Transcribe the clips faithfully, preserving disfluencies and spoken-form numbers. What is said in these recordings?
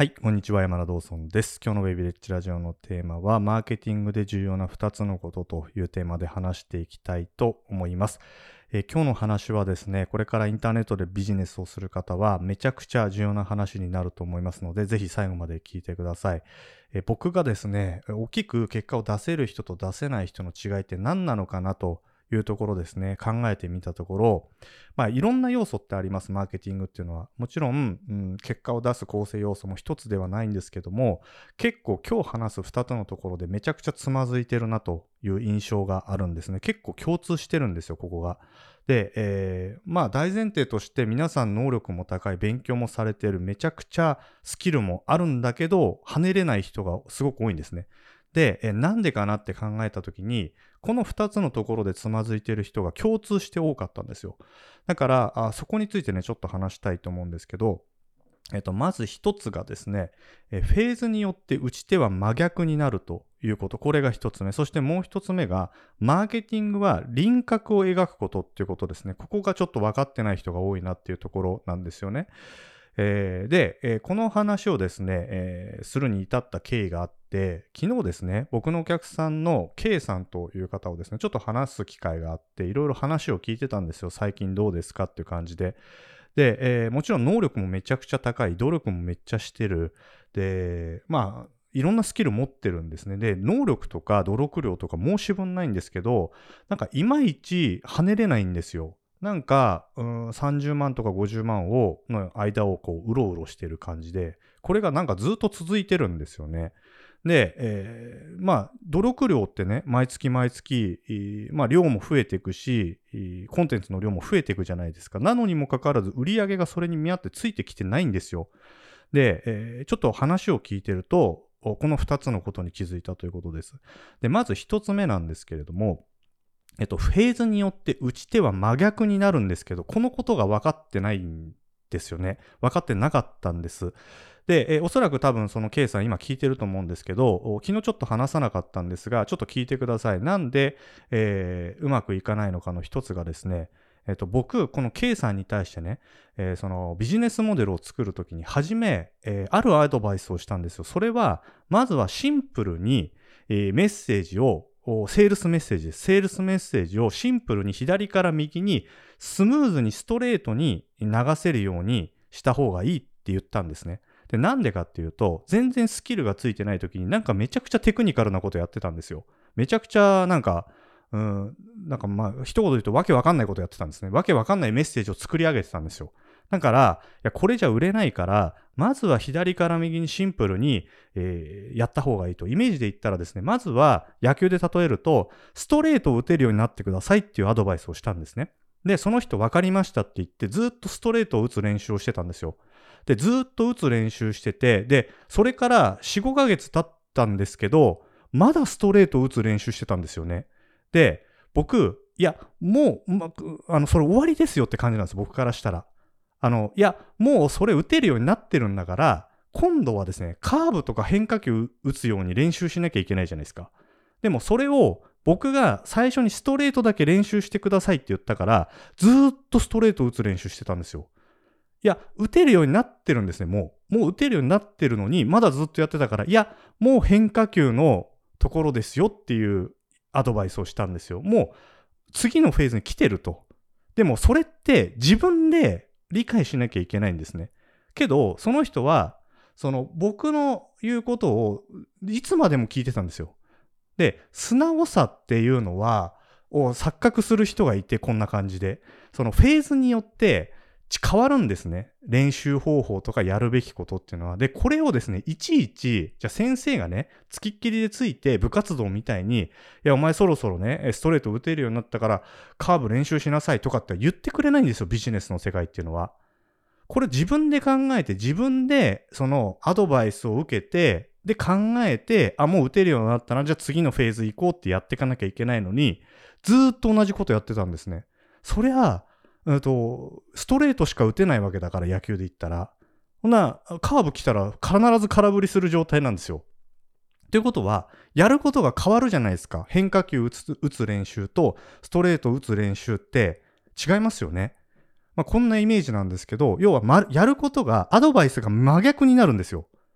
はい、こんにちは。山田道尊です。今日のウェビレッジラジオのテーマは、マーケティングで重要なふたつのことというテーマで話していきたいと思います。えー今日の話はですね、これからインターネットでビジネスをする方は、めちゃくちゃ重要な話になると思いますので、ぜひ最後まで聞いてください。えー僕がですね、大きく結果を出せる人と出せない人の違いって何なのかなというところですね、考えてみたところ、まあ、いろんな要素ってあります、マーケティングっていうのは。もちろん、うん、結果を出す構成要素も一つではないんですけども、結構今日話すふたつのところでめちゃくちゃつまずいてるなという印象があるんですね。結構共通してるんですよ、ここが。で、えーまあ大前提として皆さん能力も高い、勉強もされている、めちゃくちゃスキルもあるんだけど、跳ねれない人がすごく多いんですね。で、えーなんでかなって考えたときに、このふたつのところでつまずいている人が共通して多かったんですよ。だからあ、そこについてね、ちょっと話したいと思うんですけど、えっと、まず一つがですね、えフェーズによって打ち手は真逆になるということ。これが一つ目。そしてもう一つ目が、マーケティングは輪郭を描くことっていうことですね。ここがちょっと分かってない人が多いなっていうところなんですよね。えーで、えーこの話をですね、えーするに至った経緯があって、昨日ですね、僕のお客さんの K さんという方をですね、ちょっと話す機会があって、いろいろ話を聞いてたんですよ。最近どうですかっていう感じで。で、えーもちろん能力もめちゃくちゃ高い、努力もめっちゃしてる。で、まあ、いろんなスキル持ってるんですね。で、能力とか努力量とか申し分ないんですけど、なんかいまいち跳ねれないんですよ。なんか、うん、さんじゅうまんとかごじゅうまんを、の間をこう、うろうろしてる感じで、これがなんかずっと続いてるんですよね。で、えーまあ、努力量ってね、毎月毎月、えーまあ、量も増えていくし、えーコンテンツの量も増えていくじゃないですか。なのにもかかわらず、売り上げがそれに見合ってついてきてないんですよ。で、えーちょっと話を聞いてると、おこのふたつのことに気づいたということです。で、まずひとつめなんですけれども、えっと、フェーズによって打ち手は真逆になるんですけど、このことが分かってないんですよね。分かってなかったんです。で、えーおそらく多分その K さん今聞いてると思うんですけど、お昨日ちょっと話さなかったんですが、ちょっと聞いてください。なんで、えーうまくいかないのかの一つがですね、えっと、僕、この K さんに対してね、えーそのビジネスモデルを作るときに、初め、えーあるアドバイスをしたんですよ。それは、まずはシンプルに、えーメッセージを、おセールスメッセージです。セールスメッセージをシンプルに左から右にスムーズにストレートに流せるようにした方がいいって言ったんですね。で、なんでかっていうと、全然スキルがついてない時になんかめちゃくちゃテクニカルなことやってたんですよ。めちゃくちゃなんか、うん、なんかまあ、一言で言うとわけわかんないことやってたんですね。わけわかんないメッセージを作り上げてたんですよ。だから、いや、これじゃ売れないから、まずは左から右にシンプルに、えーやった方がいいと。イメージで言ったらですね、まずは野球で例えると、ストレートを打てるようになってくださいっていうアドバイスをしたんですね。で、その人分かりましたって言って、ずっとストレートを打つ練習をしてたんですよ。で、ずっと打つ練習してて、で、それからよん、ごかげつ経ったんですけど、まだストレートを打つ練習してたんですよね。で、僕、いや、もう、ま、あの、それ終わりですよって感じなんです、僕からしたら。あの、いや、もうそれ打てるようになってるんだから、今度はですね、カーブとか変化球打つように練習しなきゃいけないじゃないですか。でもそれを僕が最初にストレートだけ練習してくださいって言ったから、ずーっとストレート打つ練習してたんですよ。いや、打てるようになってるんですね、もう。もう打てるようになってるのに、まだずっとやってたから、いや、もう変化球のところですよっていうアドバイスをしたんですよ。もう次のフェーズに来てると。でもそれって自分で理解しなきゃいけないんですね。けど、その人は、その僕の言うことをいつまでも聞いてたんですよ。で、素直さっていうのは、を錯覚する人がいて、こんな感じで。そのフェーズによって変わるんですね。練習方法とかやるべきことっていうのは。で、これをですね、いちいち、じゃあ先生がね、つきっきりでついて部活動みたいに、いや、お前そろそろね、ストレート打てるようになったから、カーブ練習しなさいとかって言ってくれないんですよ、ビジネスの世界っていうのは。これ自分で考えて、自分でそのアドバイスを受けて、で考えて、あ、もう打てるようになったな、じゃあ次のフェーズ行こうってやっていかなきゃいけないのに、ずーっと同じことやってたんですね。そりゃ、うんと、ストレートしか打てないわけだから、野球で言ったら。ほな、カーブ来たら必ず空振りする状態なんですよ。ということは、やることが変わるじゃないですか。変化球打つ、打つ練習と、ストレート打つ練習って違いますよね。まあ、こんなイメージなんですけど、要は、ま、やることが、アドバイスが真逆になるんですよ。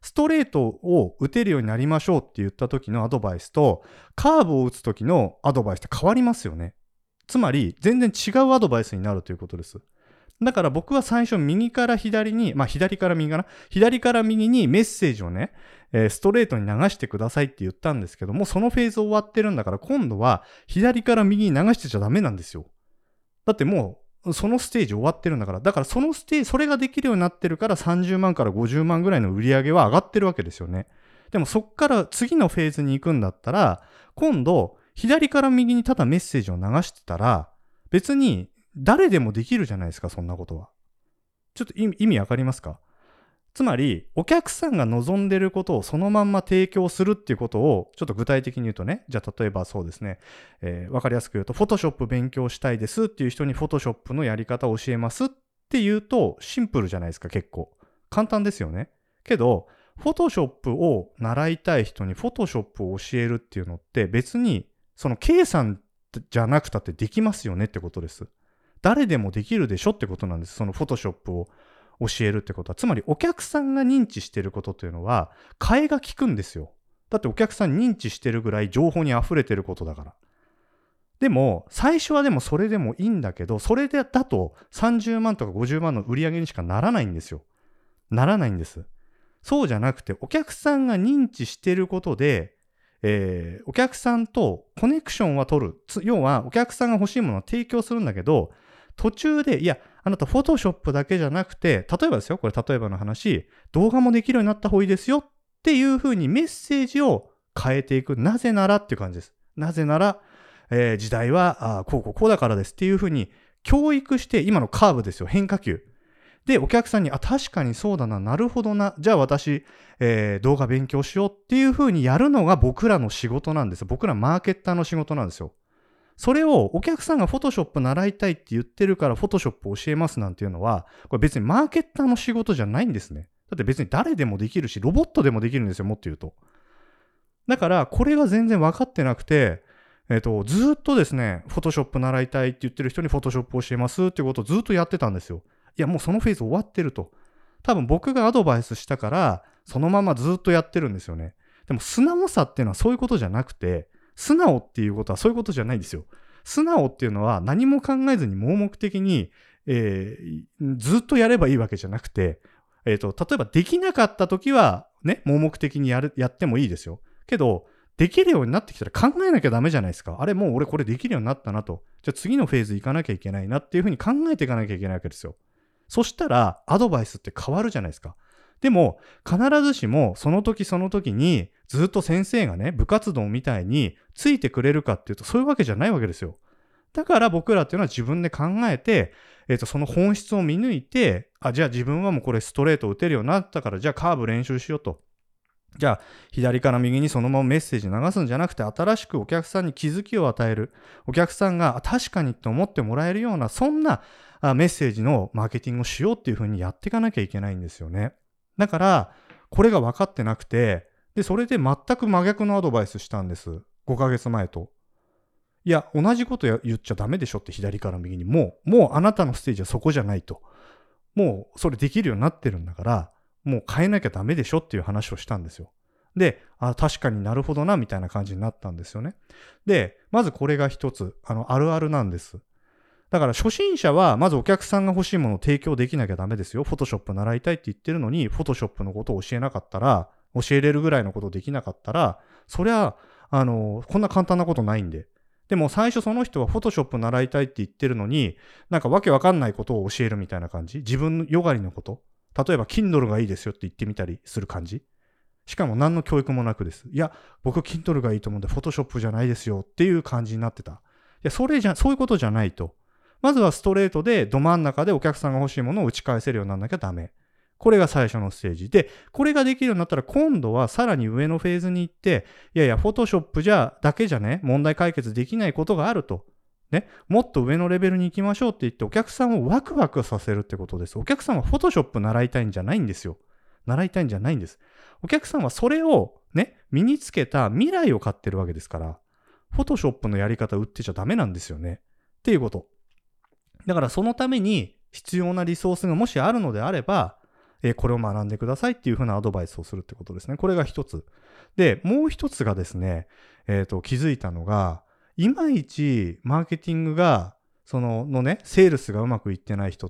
ストレートを打てるようになりましょうって言った時のアドバイスと、カーブを打つ時のアドバイスって変わりますよね。つまり、全然違うアドバイスになるということです。だから僕は最初右から左に、まあ左から右かな。左から右にメッセージをね、えーストレートに流してくださいって言ったんですけども、そのフェーズ終わってるんだから、今度は左から右に流してちゃダメなんですよ。だってもう、そのステージ終わってるんだから。だからそのステージ、それができるようになってるからさんじゅうまんからごじゅうまんぐらいの売り上げは上がってるわけですよね。でもそっから次のフェーズに行くんだったら、今度、左から右にただメッセージを流してたら、別に誰でもできるじゃないですか、そんなことは。ちょっと意味、意味わかりますか？つまり、お客さんが望んでることをそのまんま提供するっていうことを、ちょっと具体的に言うとね、じゃあ例えばそうですね、えー、わかりやすく言うと、Photoshop 勉強したいですっていう人に Photoshop のやり方を教えますって言うと、シンプルじゃないですか、結構。簡単ですよね。けど、Photoshop を習いたい人に Photoshop を教えるっていうのって別に、その K さんじゃなくたってできますよねってことです。誰でもできるでしょってことなんです。その Photoshop を教えるってことは。つまりお客さんが認知してることというのは、替えが利くんですよ。だってお客さん認知してるぐらい情報に溢れてることだから。でも、最初はでもそれでもいいんだけど、それでだとさんじゅうまんとかごじゅうまんの売り上げにしかならないんですよ。ならないんです。そうじゃなくて、お客さんが認知してることで、えー、お客さんとコネクションは取る。要は、お客さんが欲しいものを提供するんだけど、途中で、いや、あなた、フォトショップだけじゃなくて、例えばですよ、これ例えばの話、動画もできるようになった方がいいですよっていう風にメッセージを変えていく。なぜならっていう感じです。なぜなら、えー、時代はあこうこうこうだからですっていう風に教育して、今のカーブですよ、変化球。で、お客さんに、あ、確かにそうだな、なるほどな、じゃあ私、えー、動画勉強しようっていう風にやるのが僕らの仕事なんです。僕らマーケッターの仕事なんですよ。それをお客さんがフォトショップ習いたいって言ってるからフォトショップ教えますなんていうのは、これ別にマーケッターの仕事じゃないんですね。だって別に誰でもできるし、ロボットでもできるんですよ、もっと言うと。だから、これが全然分かってなくて、えっと、ずーっとですね、フォトショップ習いたいって言ってる人にフォトショップ教えますっていうことをずっとやってたんですよ。いや、もうそのフェーズ終わってると。多分僕がアドバイスしたから、そのままずっとやってるんですよね。でも素直さっていうのはそういうことじゃなくて、素直っていうことはそういうことじゃないんですよ。素直っていうのは何も考えずに盲目的に、えー、ずっとやればいいわけじゃなくて、えーと、例えばできなかった時はね、盲目的にやる、やってもいいですよ。けど、できるようになってきたら考えなきゃダメじゃないですか。あれもう俺これできるようになったなと。じゃあ次のフェーズ行かなきゃいけないなっていうふうに考えていかなきゃいけないわけですよ。そしたらアドバイスって変わるじゃないですか。でも必ずしもその時その時にずっと先生がね、部活動みたいについてくれるかっていうとそういうわけじゃないわけですよ。だから僕らっていうのは自分で考えて、えっと、その本質を見抜いて、あ、じゃあ自分はもうこれストレート打てるようになったから、じゃあカーブ練習しようと。じゃあ左から右にそのままメッセージ流すんじゃなくて、新しくお客さんに気づきを与える。お客さんが確かにと思ってもらえるような、そんなメッセージのマーケティングをしようっていうふうにやっていかなきゃいけないんですよね。だから、これが分かってなくて、で、それで全く真逆のアドバイスしたんです。ごかげつまえと。いや、同じこと言っちゃダメでしょって、左から右に。もう、もうあなたのステージはそこじゃないと。もうそれできるようになってるんだから、もう変えなきゃダメでしょっていう話をしたんですよ。で、あ、確かになるほどな、みたいな感じになったんですよね。で、まずこれが一つ、あの、あるあるなんです。だから初心者は、まずお客さんが欲しいものを提供できなきゃダメですよ。フォトショップ習いたいって言ってるのに、フォトショップのことを教えなかったら、教えれるぐらいのことできなかったら、そりゃ、あの、こんな簡単なことないんで。でも最初その人はフォトショップ習いたいって言ってるのに、なんかわけわかんないことを教えるみたいな感じ。自分よがりのこと。例えば Kindle がいいですよって言ってみたりする感じ。しかも何の教育もなくです。いや、僕 Kindle がいいと思うんで Photoshop じゃないですよっていう感じになってた。いや、それじゃ、そういうことじゃないと。まずはストレートでど真ん中でお客さんが欲しいものを打ち返せるようにならなきゃダメ。これが最初のステージで、これができるようになったら今度はさらに上のフェーズに行って、いやいや、Photoshop じゃだけじゃね、問題解決できないことがあると。ね、もっと上のレベルに行きましょうって言ってお客さんをワクワクさせるってことです。お客さんは Photoshop 習いたいんじゃないんですよ。習いたいんじゃないんです。お客さんはそれをね、身につけた未来を買ってるわけですから、Photoshop のやり方売ってちゃダメなんですよね。っていうこと。だからそのために必要なリソースがもしあるのであれば、 えーこれを学んでくださいっていうふうなアドバイスをするってことですね。これが一つ。で、もう一つがですね、えっと、気づいたのが、いまいちマーケティングが、その、のね、セールスがうまくいってない人って、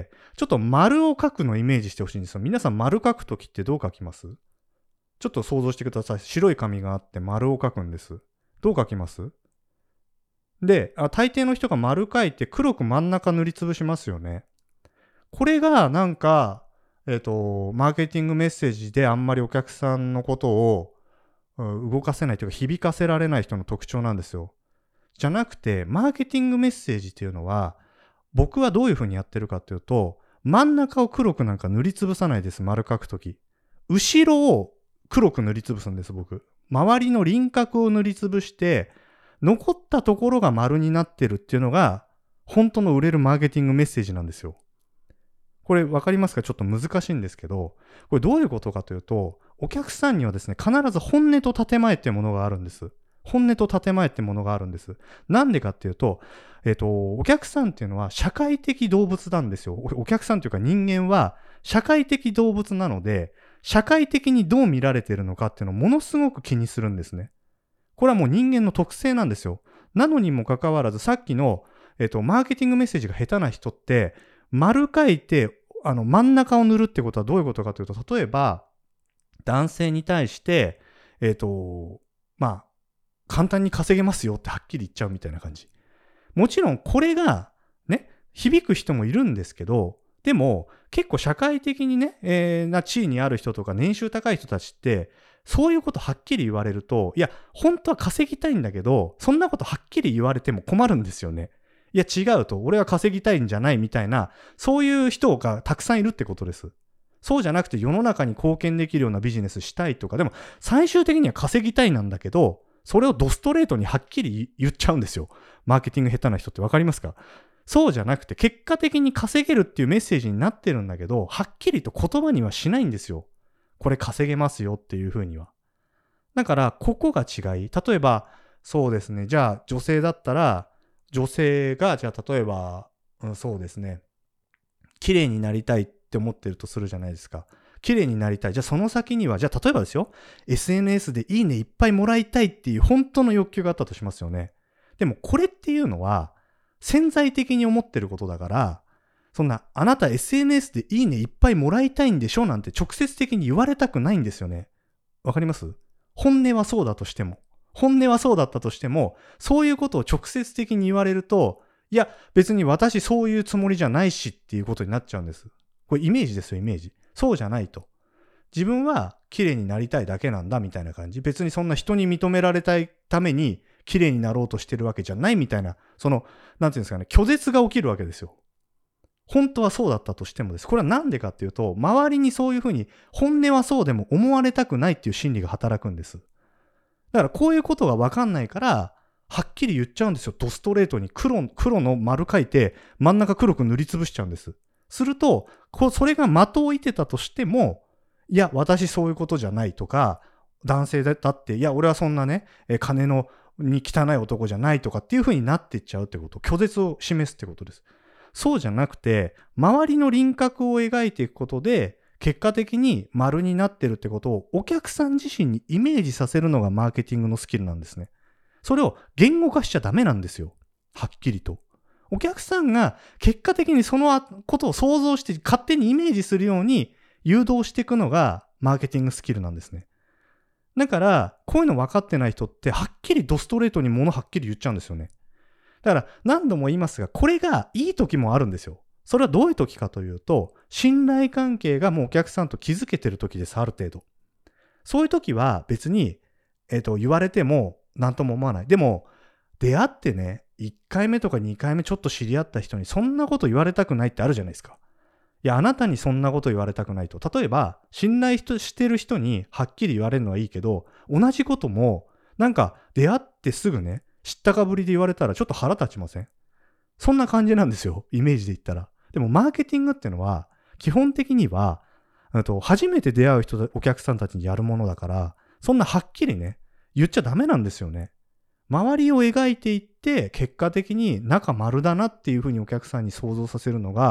ちょっと丸を書くのをイメージしてほしいんですよ。皆さん丸書くときってどう書きます？ちょっと想像してください。白い紙があって丸を書くんです。どう書きます？で、あ、大抵の人が丸書いて黒く真ん中塗りつぶしますよね。これがなんか、えっと、マーケティングメッセージであんまりお客さんのことを、うん動かせないというか響かせられない人の特徴なんですよ。じゃなくて、マーケティングメッセージっていうのは、僕はどういう風にやってるかっていうと、真ん中を黒くなんか塗りつぶさないです、丸書くとき。後ろを黒く塗りつぶすんです、僕。周りの輪郭を塗りつぶして、残ったところが丸になってるっていうのが、本当の売れるマーケティングメッセージなんですよ。これ分かりますか？ちょっと難しいんですけど、これどういうことかというと、お客さんにはですね、必ず本音と建前っていうものがあるんです。本音と建前ってものがあるんです。なんでかっていうと、えっと、お客さんっていうのは社会的動物なんですよ。おお客さんというか人間は社会的動物なので、社会的にどう見られているのかっていうのをものすごく気にするんですね。これはもう人間の特性なんですよ。なのにもかかわらず、さっきの、えっと、マーケティングメッセージが下手な人って、丸書いて、あの、真ん中を塗るってことはどういうことかというと、例えば、男性に対して、えっと、まあ、簡単に稼げますよってはっきり言っちゃうみたいな感じ。もちろんこれがね、響く人もいるんですけど、でも結構社会的にね、えーな地位にある人とか年収高い人たちって、そういうことはっきり言われると、いや、本当は稼ぎたいんだけど、そんなことはっきり言われても困るんですよね。いや違うと、俺は稼ぎたいんじゃないみたいな、そういう人がたくさんいるってことです。そうじゃなくて世の中に貢献できるようなビジネスしたいとか、でも最終的には稼ぎたいなんだけど、それをドストレートにはっきり言っちゃうんですよ。マーケティング下手な人ってわかりますか？そうじゃなくて、結果的に稼げるっていうメッセージになってるんだけど、はっきりと言葉にはしないんですよ。これ稼げますよっていうふうには。だから、ここが違い。例えば、そうですね。じゃあ、女性だったら、女性が、じゃあ、例えば、うん、そうですね。綺麗になりたいって思ってるとするじゃないですか。綺麗になりたい。じゃあその先には、じゃあ例えばですよ、エスエヌエス でいいねいっぱいもらいたいっていう本当の欲求があったとしますよね。でもこれっていうのは潜在的に思ってることだから、そんなあなた エスエヌエス でいいねいっぱいもらいたいんでしょなんて直接的に言われたくないんですよね。わかります？本音はそうだとしても。本音はそうだったとしても、そういうことを直接的に言われると、いや別に私そういうつもりじゃないしっていうことになっちゃうんです。これイメージですよ、イメージ。そうじゃないと。自分は綺麗になりたいだけなんだみたいな感じ。別にそんな人に認められたいために綺麗になろうとしてるわけじゃないみたいな、その、なんていうんですかね、拒絶が起きるわけですよ。本当はそうだったとしてもです。これはなんでかっていうと、周りにそういうふうに本音はそうでも思われたくないっていう心理が働くんです。だからこういうことがわかんないから、はっきり言っちゃうんですよ。ドストレートに黒、黒の丸書いて真ん中黒く塗りつぶしちゃうんです。すると、こうそれが的を射てたとしても、いや、私そういうことじゃないとか、男性だって、いや、俺はそんなね、え金のに汚い男じゃないとかっていう風になっていっちゃうってこと、拒絶を示すってことです。そうじゃなくて、周りの輪郭を描いていくことで、結果的に丸になってるってことをお客さん自身にイメージさせるのがマーケティングのスキルなんですね。それを言語化しちゃダメなんですよ。はっきりと。お客さんが結果的にそのことを想像して勝手にイメージするように誘導していくのがマーケティングスキルなんですね。だから、こういうの分かってない人ってはっきりドストレートに物はっきり言っちゃうんですよね。だから何度も言いますが、これがいい時もあるんですよ。それはどういう時かというと、信頼関係がもうお客さんと築けてる時です、ある程度。そういう時は別に、えっと、言われても何とも思わない。でも、出会ってね、いっかいめとかにかいめちょっと知り合った人にそんなこと言われたくないってあるじゃないですか。いや、あなたにそんなこと言われたくないと。例えば、信頼してる人にはっきり言われるのはいいけど、同じことも、なんか出会ってすぐね、知ったかぶりで言われたらちょっと腹立ちません？そんな感じなんですよ。イメージで言ったら。でも、マーケティングっていうのは、基本的には、と初めて出会う人、お客さんたちにやるものだから、そんなはっきりね、言っちゃダメなんですよね。周りを描いていって、結果的に中丸だなっていうふうにお客さんに想像させるのが、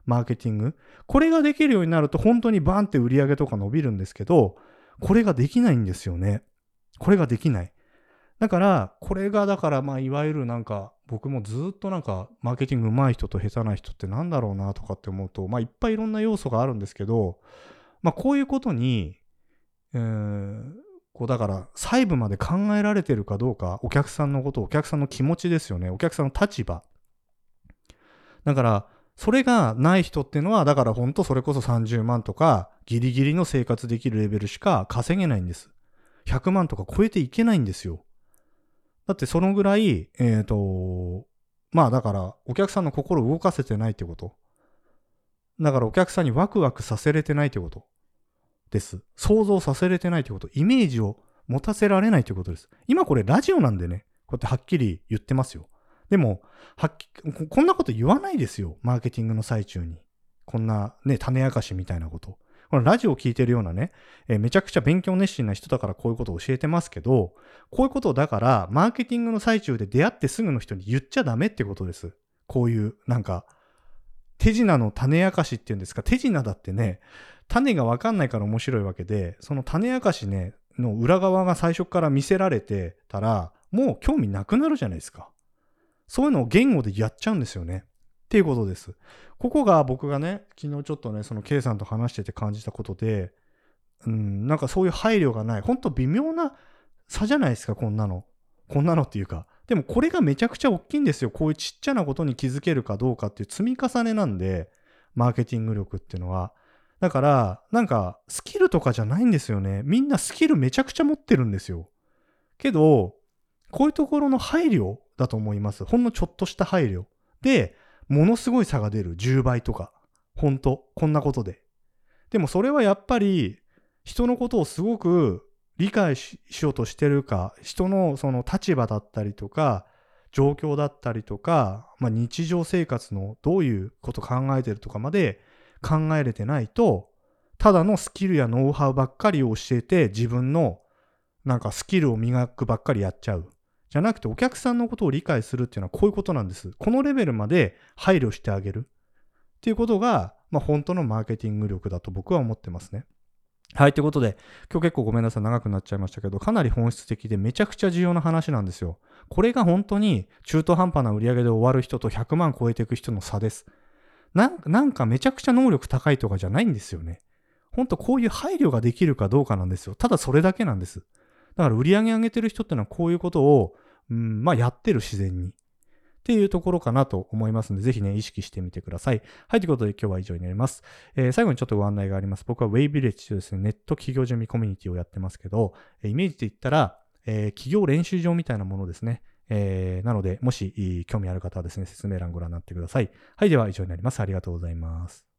マーケティング。これができるようになると本当にバンって売り上げとか伸びるんですけど、これができないんですよね。これができない。だから、これがだからまあいわゆるなんか僕もずっとなんかマーケティング上手い人と下手な人ってなんだろうなとかって思うと、まあいっぱいいろんな要素があるんですけど、まあこういうことに、えー、こうだから細部まで考えられてるかどうか、お客さんのこと、お客さんの気持ちですよね。お客さんの立場。だから、それがない人っていうのは、だから本当それこそさんじゅうまんとかギリギリの生活できるレベルしか稼げないんです。ひゃくまんとか超えていけないんですよ。だってそのぐらい、えっと、まあだからお客さんの心を動かせてないってこと。だからお客さんにワクワクさせれてないってことです。想像させれてないってこと。イメージを持たせられないってことです。今これラジオなんでね、こうやってはっきり言ってますよ。でも、はっきこんなこと言わないですよ。マーケティングの最中に。こんなね、種明かしみたいなこと。このラジオを聞いてるようなね、えーめちゃくちゃ勉強熱心な人だからこういうことを教えてますけど、こういうことをだから、マーケティングの最中で出会ってすぐの人に言っちゃダメってことです。こういう、なんか、手品の種明かしっていうんですか、手品だってね、種がわかんないから面白いわけで、その種明かしね、の裏側が最初から見せられてたら、もう興味なくなるじゃないですか。そういうのを言語でやっちゃうんですよね。っていうことです。ここが僕がね、昨日ちょっとね、その K さんと話してて感じたことで、うん、なんかそういう配慮がない。ほんと微妙な差じゃないですか、こんなの。こんなのっていうか。でもこれがめちゃくちゃ大きいんですよ。こういうちっちゃなことに気づけるかどうかっていう積み重ねなんで、マーケティング力っていうのは。だから、なんかスキルとかじゃないんですよね。みんなスキルめちゃくちゃ持ってるんですよ。けど、こういうところの配慮だと思います。ほんのちょっとした配慮。で、ものすごい差が出る。じゅうばいとか。ほんと。こんなことで。でもそれはやっぱり、人のことをすごく理解 し, しようとしてるか、人のその立場だったりとか、状況だったりとか、まあ、日常生活のどういうこと考えてるとかまで考えれてないと、ただのスキルやノウハウばっかりを教えて自分のなんかスキルを磨くばっかりやっちゃう。じゃなくてお客さんのことを理解するっていうのはこういうことなんです。このレベルまで配慮してあげるっていうことが、まあ、本当のマーケティング力だと僕は思ってますね。はい、ということで、今日結構ごめんなさい、長くなっちゃいましたけど、かなり本質的でめちゃくちゃ重要な話なんですよ。これが本当に中途半端な売り上げで終わる人とひゃくまん超えていく人の差です。なんか、なんかめちゃくちゃ能力高いとかじゃないんですよね。本当こういう配慮ができるかどうかなんですよ。ただそれだけなんです。だから売り上げ上げてる人ってのはこういうことを、うん、まあやってる自然に。っていうところかなと思いますので、ぜひね、意識してみてください。はい、ということで今日は以上になります。えー、最後にちょっとご案内があります。僕は Way Village というですね、ネット企業準備コミュニティをやってますけど、イメージで言ったら、えー、企業練習場みたいなものですね。えー、なので、もし興味ある方はですね、説明欄ご覧になってください。はい、では以上になります。ありがとうございます。